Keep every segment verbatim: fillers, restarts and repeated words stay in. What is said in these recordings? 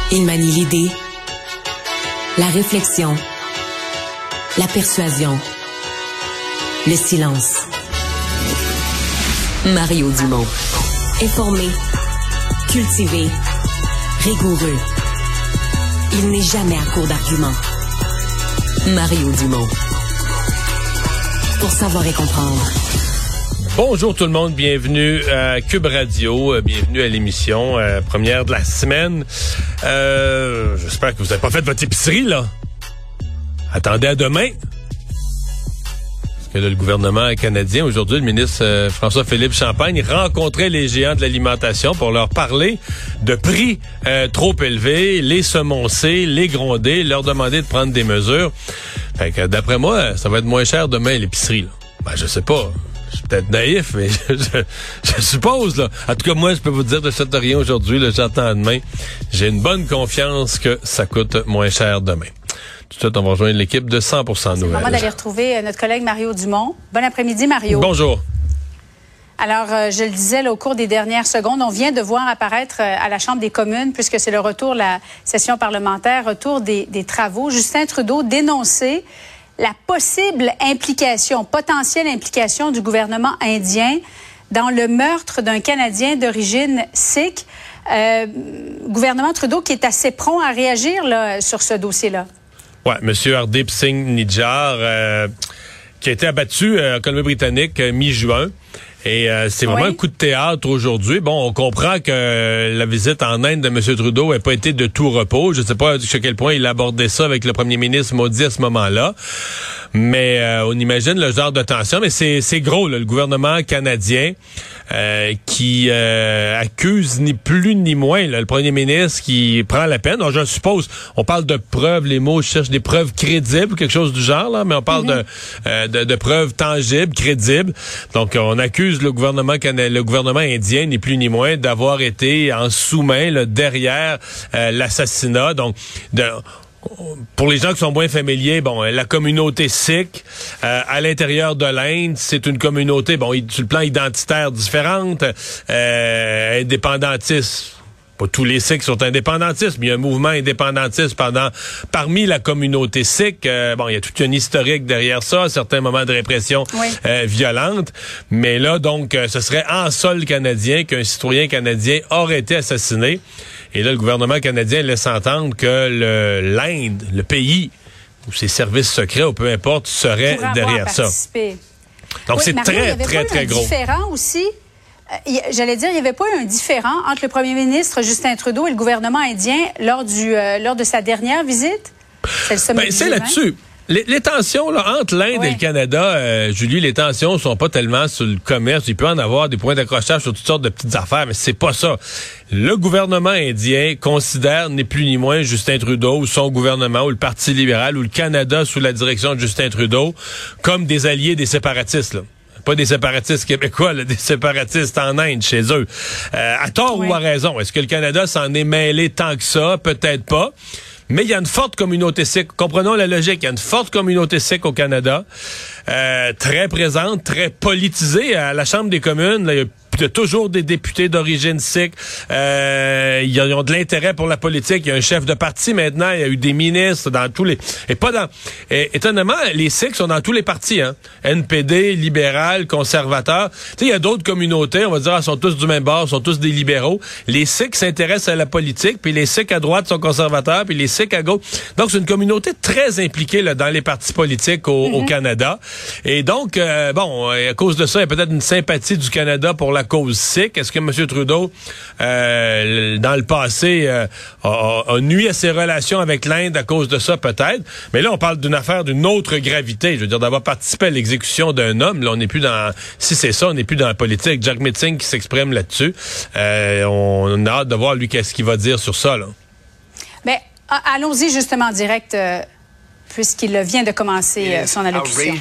Il manie l'idée, la réflexion, la persuasion, le silence. Mario Dumont. Informé, cultivé, rigoureux. Il n'est jamais à court d'arguments. Mario Dumont. Pour savoir et comprendre. Bonjour tout le monde, bienvenue à Cube Radio, euh, bienvenue à l'émission euh, première de la semaine. Euh, j'espère que vous n'avez pas fait votre épicerie, là. Attendez à demain. Parce que là, le gouvernement canadien, aujourd'hui, le ministre euh, François-Philippe Champagne rencontrait les géants de l'alimentation pour leur parler de prix euh, trop élevés, les semoncer, les gronder, leur demander de prendre des mesures. Fait que d'après moi, ça va être moins cher demain l'épicerie, là. Ben, je sais pas. Je suis peut-être naïf, mais je, je, je suppose, là. En tout cas, moi, je peux vous dire, je ne sais rien aujourd'hui, là, j'attends demain. J'ai une bonne confiance que ça coûte moins cher demain. Tout de suite, on va rejoindre l'équipe de cent pour cent Nouvelles. C'est le moment d'aller retrouver notre collègue Mario Dumont. Bon après-midi, Mario. Bonjour. Alors, euh, je le disais là, au cours des dernières secondes, on vient de voir apparaître euh, à la Chambre des communes, puisque c'est le retour de la session parlementaire, retour des, des travaux, Justin Trudeau dénonçait la possible implication, potentielle implication du gouvernement indien dans le meurtre d'un Canadien d'origine sikh. Euh, gouvernement Trudeau qui est assez prompt à réagir là, sur ce dossier-là. Oui, M. Hardeep Singh Nijjar, euh, qui a été abattu euh, en Colombie-Britannique euh, mi-juin. Et euh, c'est vraiment oui. un coup de théâtre aujourd'hui. Bon, on comprend que euh, la visite en Inde de M. Trudeau n'a pas été de tout repos. Je ne sais pas jusqu'à quel point il a abordé ça avec le premier ministre Modi à ce moment-là. Mais euh, on imagine le genre de tension. Mais c'est, c'est gros, là, le gouvernement canadien euh, qui euh, accuse ni plus ni moins là, le premier ministre qui prend la peine. Donc, je suppose, on parle de preuves, les mots, je cherche des preuves crédibles, quelque chose du genre, là, mais on parle mm-hmm. de, euh, de, de preuves tangibles, crédibles. Donc, on accuse le gouvernement le gouvernement indien, ni plus ni moins, d'avoir été en sous-main là, derrière euh, l'assassinat. Donc, de, pour les gens qui sont moins familiers, bon, la communauté sikh euh, à l'intérieur de l'Inde, c'est une communauté, bon, sur le plan identitaire différente, euh, indépendantiste. Pas tous les Sikhs sont indépendantistes, mais il y a un mouvement indépendantiste pendant, parmi la communauté sikh. Euh, bon, il y a toute une historique derrière ça, certains moments de répression oui. euh, violente. Mais là, donc, euh, ce serait en sol canadien qu'un citoyen canadien aurait été assassiné. Et là, le gouvernement canadien laisse entendre que le, l'Inde, le pays, ou ses services secrets, ou peu importe, serait derrière ça. Donc, oui, c'est Mario, très, très, très gros. Différent aussi. J'allais dire, il n'y avait pas eu un différent entre le premier ministre Justin Trudeau et le gouvernement indien lors du euh, lors de sa dernière visite? C'est le sommet ben, c'est là-dessus. Les, les tensions là, entre l'Inde oui. et le Canada, euh, Julie, les tensions sont pas tellement sur le commerce. Il peut en avoir des points d'accrochage sur toutes sortes de petites affaires, mais c'est pas ça. Le gouvernement indien considère, ni plus ni moins, Justin Trudeau ou son gouvernement ou le Parti libéral ou le Canada sous la direction de Justin Trudeau comme des alliés des séparatistes, là. Pas des séparatistes québécois, là, des séparatistes en Inde chez eux. Euh, à tort oui. ou à raison. Est-ce que le Canada s'en est mêlé tant que ça? Peut-être pas. Mais il y a une forte communauté sikh. Comprenons la logique. Il y a une forte communauté sikh au Canada, euh, très présente, très politisée. À la Chambre des communes, là, il y a Il y a toujours des députés d'origine sikh. Euh, ils ont de l'intérêt pour la politique. Il y a un chef de parti maintenant. Il y a eu des ministres dans tous les... Et pas dans... Et, étonnamment, les Sikhs sont dans tous les partis. Hein? N P D, libéral, conservateur. Tu sais, il y a d'autres communautés, on va dire, elles sont tous du même bord, sont tous des libéraux. Les Sikhs s'intéressent à la politique, puis les Sikhs à droite sont conservateurs, puis les Sikhs à gauche. Donc, c'est une communauté très impliquée là, dans les partis politiques au, mm-hmm. au Canada. Et donc, euh, bon, à cause de ça, il y a peut-être une sympathie du Canada pour la cause sikh. Est-ce que M. Trudeau, euh, dans le passé, euh, a, a nuit à ses relations avec l'Inde à cause de ça, peut-être? Mais là, on parle d'une affaire d'une autre gravité. Je veux dire, d'avoir participé à l'exécution d'un homme. Là, on n'est plus dans... Si c'est ça, on n'est plus dans la politique. Jagmeet Singh qui s'exprime là-dessus. Euh, on a hâte de voir, lui, qu'est-ce qu'il va dire sur ça, là. Mais allons-y justement en direct... Euh... puisqu'il vient de commencer euh, son allocution.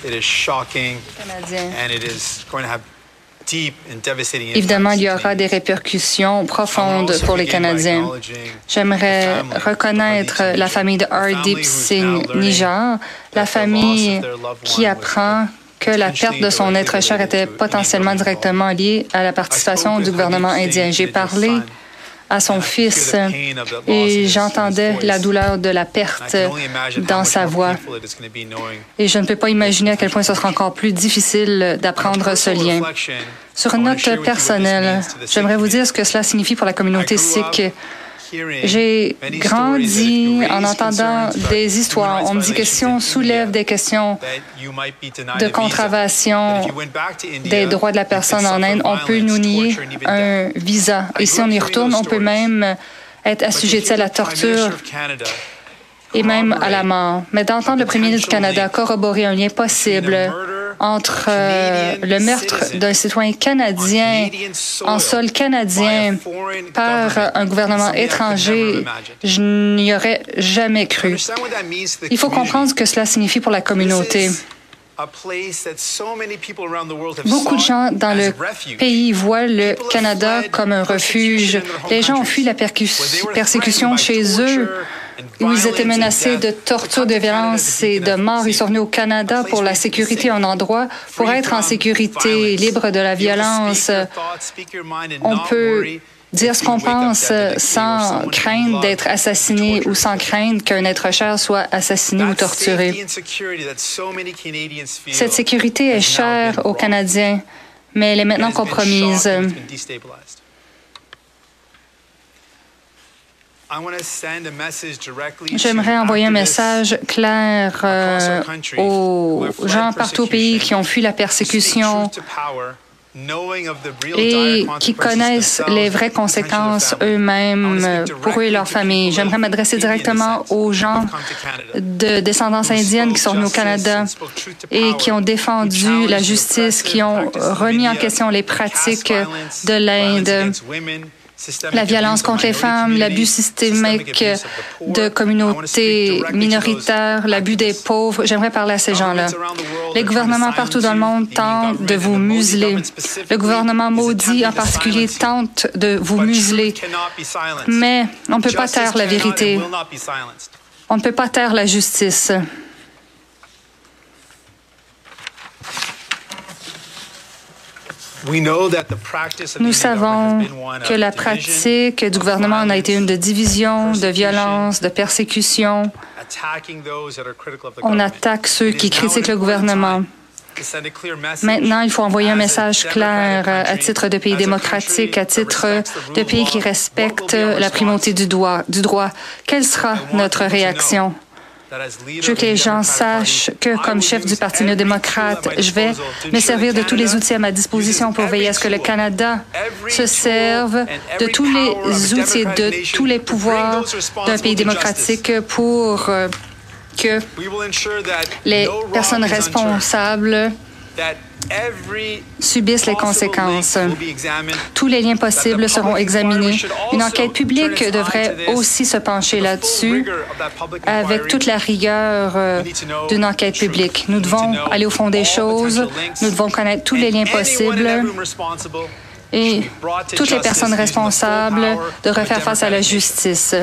Évidemment, il y aura des répercussions profondes pour les Canadiens. J'aimerais reconnaître la famille de Hardeep Singh Nijjar, la famille qui apprend que la perte de son être cher était potentiellement directement liée à la participation du gouvernement indien. J'ai parlé à son fils et j'entendais la douleur de la perte dans sa voix. Et je ne peux pas imaginer à quel point ce sera encore plus difficile d'apprendre ce lien. Sur une note personnelle, j'aimerais vous dire ce que cela signifie pour la communauté sikh. J'ai grandi en entendant des histoires. On me dit que si on soulève des questions de contravention des droits de la personne en Inde, on peut nous nier un visa. Et si on y retourne, on peut même être assujetti à la torture et même à la mort. Mais d'entendre le premier ministre du Canada corroborer un lien possible entre euh, le meurtre d'un citoyen canadien en sol canadien par un gouvernement étranger, je n'y aurais jamais cru. Il faut comprendre ce que cela signifie pour la communauté. Beaucoup de gens dans le pays voient le Canada comme un refuge. Les gens ont fui la persécution chez eux, où ils étaient menacés de torture, de violence et de mort. Ils sont venus au Canada pour la sécurité, un endroit pour être en sécurité, libre de la violence. On peut dire ce qu'on pense sans craindre d'être assassiné ou sans craindre qu'un être cher soit assassiné ou torturé. Cette sécurité est chère aux Canadiens, mais elle est maintenant compromise. J'aimerais envoyer un message clair euh, aux gens partout au pays qui ont fui la persécution et qui connaissent les vraies conséquences eux-mêmes pour eux et leurs familles. J'aimerais m'adresser directement aux gens de descendance indienne qui sont venus au Canada et qui ont défendu la justice, qui ont remis en question les pratiques de l'Inde. La violence contre les femmes, l'abus systémique de communautés minoritaires, l'abus des pauvres. J'aimerais parler à ces gens-là. Les gouvernements partout dans le monde tentent de vous museler. Le gouvernement maudit en particulier tente de vous museler. Mais on ne peut pas taire la vérité. On ne peut pas taire la justice. Nous savons que la pratique du gouvernement en a été une de division, de violence, de persécution. On attaque ceux qui critiquent le gouvernement. Maintenant, il faut envoyer un message clair à titre de pays démocratique, à titre de pays qui respecte la primauté du droit. Du droit. Quelle sera notre réaction? Je veux que les gens sachent que, comme chef du Parti néo-démocrate, je vais me servir de tous les outils à ma disposition pour veiller à ce que le Canada se serve de tous les outils et de tous les pouvoirs d'un pays démocratique pour euh, que les personnes responsables subissent les conséquences. Tous les liens possibles seront examinés. Une enquête publique devrait aussi se pencher là-dessus avec toute la rigueur euh, d'une enquête publique. Nous devons aller au fond des choses. Nous devons connaître tous les liens possibles et toutes les personnes responsables devraient faire face à la justice.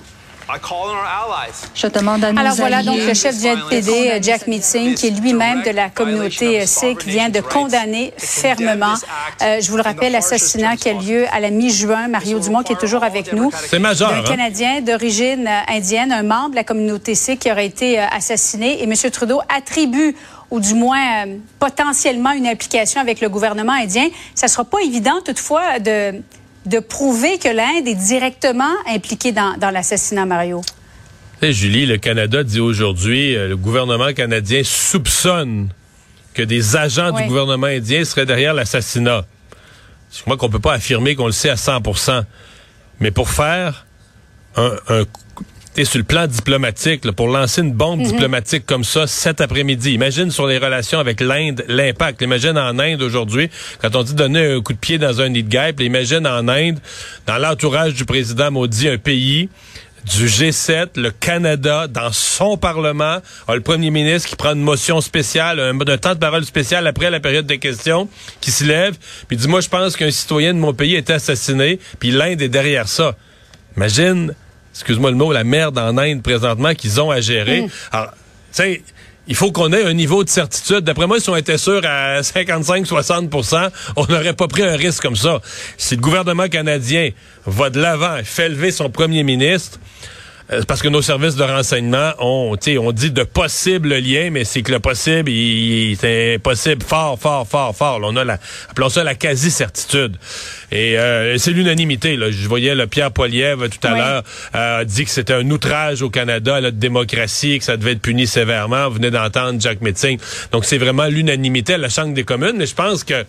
Je demande à nos Alors voilà alliés. donc le chef du N P D, Jagmeet Singh, qui est lui-même de la communauté sikh, vient de condamner fermement, euh, je vous le rappelle, l'assassinat qui a lieu à la mi-juin. Mario Dumont, qui est toujours avec nous. C'est majeur. Un Canadien d'origine indienne, un membre de la communauté sikh qui aurait été euh, assassiné. Et M. Trudeau attribue ou du moins euh, potentiellement une implication avec le gouvernement indien. Ça ne sera pas évident toutefois de... de prouver que l'Inde est directement impliquée dans, dans l'assassinat, Mario. Et Julie, le Canada dit aujourd'hui, euh, le gouvernement canadien soupçonne que des agents oui. du gouvernement indien seraient derrière l'assassinat. Je crois qu'on ne peut pas affirmer qu'on le sait à cent pour cent. Mais pour faire un... un T'es sur le plan diplomatique, là, pour lancer une bombe mm-hmm. diplomatique comme ça cet après-midi. Imagine sur les relations avec l'Inde, l'impact. Imagine en Inde aujourd'hui, quand on dit donner un coup de pied dans un nid de guêpe, imagine en Inde, dans l'entourage du président maudit, un pays du G sept, le Canada, dans son Parlement, a le premier ministre qui prend une motion spéciale, un, un temps de parole spécial après la période de questions, qui se lève, puis dit, moi je pense qu'un citoyen de mon pays a été assassiné, puis l'Inde est derrière ça. Imagine... excuse-moi le mot, la merde en Inde présentement qu'ils ont à gérer. Mm. Alors, tu sais, il faut qu'on ait un niveau de certitude. D'après moi, si on était sûr à cinquante-cinq à soixante pour cent, on n'aurait pas pris un risque comme ça. Si le gouvernement canadien va de l'avant, fait lever son premier ministre, parce que nos services de renseignement ont, tu sais, on dit de possibles liens, mais c'est que le possible, il, il est impossible fort, fort, fort, fort. Là, on a la, appelons ça la quasi-certitude. Et euh, c'est l'unanimité. Là. Je voyais le Pierre Poilievre tout à oui. l'heure euh, dit que c'était un outrage au Canada, à notre démocratie, que ça devait être puni sévèrement. Vous venez d'entendre Jack Metzing. Donc c'est vraiment l'unanimité à la Chambre des communes. Mais je pense que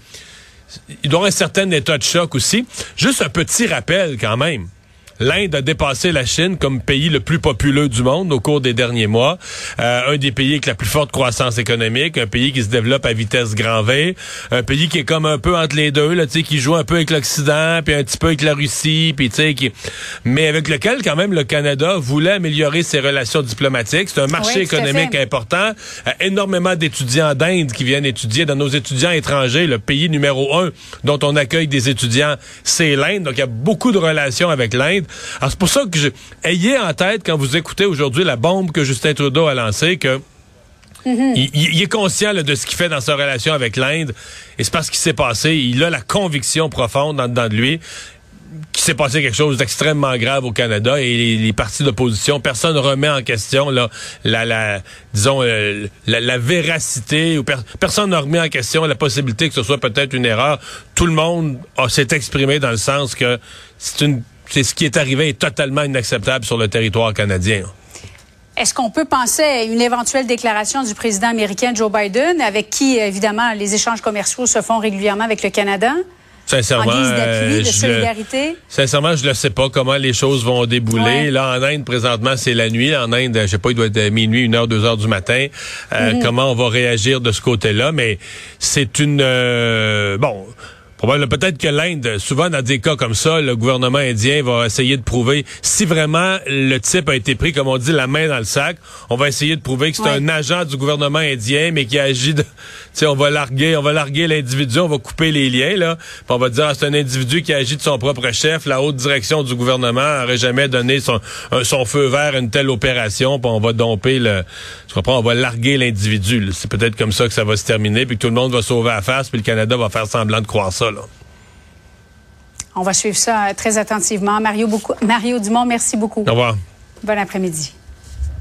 il doit y avoir un certain état de choc aussi. Juste un petit rappel quand même. L'Inde a dépassé la Chine comme pays le plus populeux du monde au cours des derniers mois. Euh, un des pays avec la plus forte croissance économique, un pays qui se développe à vitesse grand V, un pays qui est comme un peu entre les deux, là, tu sais, qui joue un peu avec l'Occident, puis un petit peu avec la Russie, puis tu sais, qui, mais avec lequel quand même le Canada voulait améliorer ses relations diplomatiques. C'est un marché oui, économique important. Euh, énormément d'étudiants d'Inde qui viennent étudier. Dans nos étudiants étrangers, le pays numéro un dont on accueille des étudiants, c'est l'Inde. Donc il y a beaucoup de relations avec l'Inde. Alors, c'est pour ça que je... ayez en tête, quand vous écoutez aujourd'hui la bombe que Justin Trudeau a lancée, que mm-hmm. il, il est conscient là, de ce qu'il fait dans sa relation avec l'Inde, et c'est parce qu'il s'est passé, il a la conviction profonde en dedans de lui qu'il s'est passé quelque chose d'extrêmement grave au Canada, et les, les partis d'opposition, personne ne remet en question là, la, la, disons, euh, la, la véracité, ou per, personne n'a remis en question la possibilité que ce soit peut-être une erreur. Tout le monde a, s'est exprimé dans le sens que c'est une C'est ce qui est arrivé est totalement inacceptable sur le territoire canadien. Est-ce qu'on peut penser à une éventuelle déclaration du président américain Joe Biden, avec qui, évidemment, les échanges commerciaux se font régulièrement avec le Canada? Sincèrement, en guise d'appui, euh, de solidarité? Le, sincèrement, je ne sais pas comment les choses vont débouler. Ouais. Là, en Inde, présentement, c'est la nuit. En Inde, je sais pas, il doit être minuit, une heure, deux heures du matin. Euh, mm-hmm. Comment on va réagir de ce côté-là? Mais c'est une... Euh, bon... Peut-être que l'Inde, souvent dans des cas comme ça, le gouvernement indien va essayer de prouver si vraiment le type a été pris, comme on dit, la main dans le sac. On va essayer de prouver que c'est ouais. un agent du gouvernement indien, mais qui agit de... Tu sais, on va larguer, on va larguer l'individu, on va couper les liens, là. Puis on va dire, ah, c'est un individu qui agit de son propre chef. La haute direction du gouvernement n'aurait jamais donné son, un, son feu vert à une telle opération, puis on va domper le... Tu comprends, on va larguer l'individu. Là. C'est peut-être comme ça que ça va se terminer, puis que tout le monde va sauver la face, puis le Canada va faire semblant de croire ça. Là. On va suivre ça très attentivement. Mario, beaucoup, Mario Dumont, merci beaucoup. Au revoir. Bon après-midi.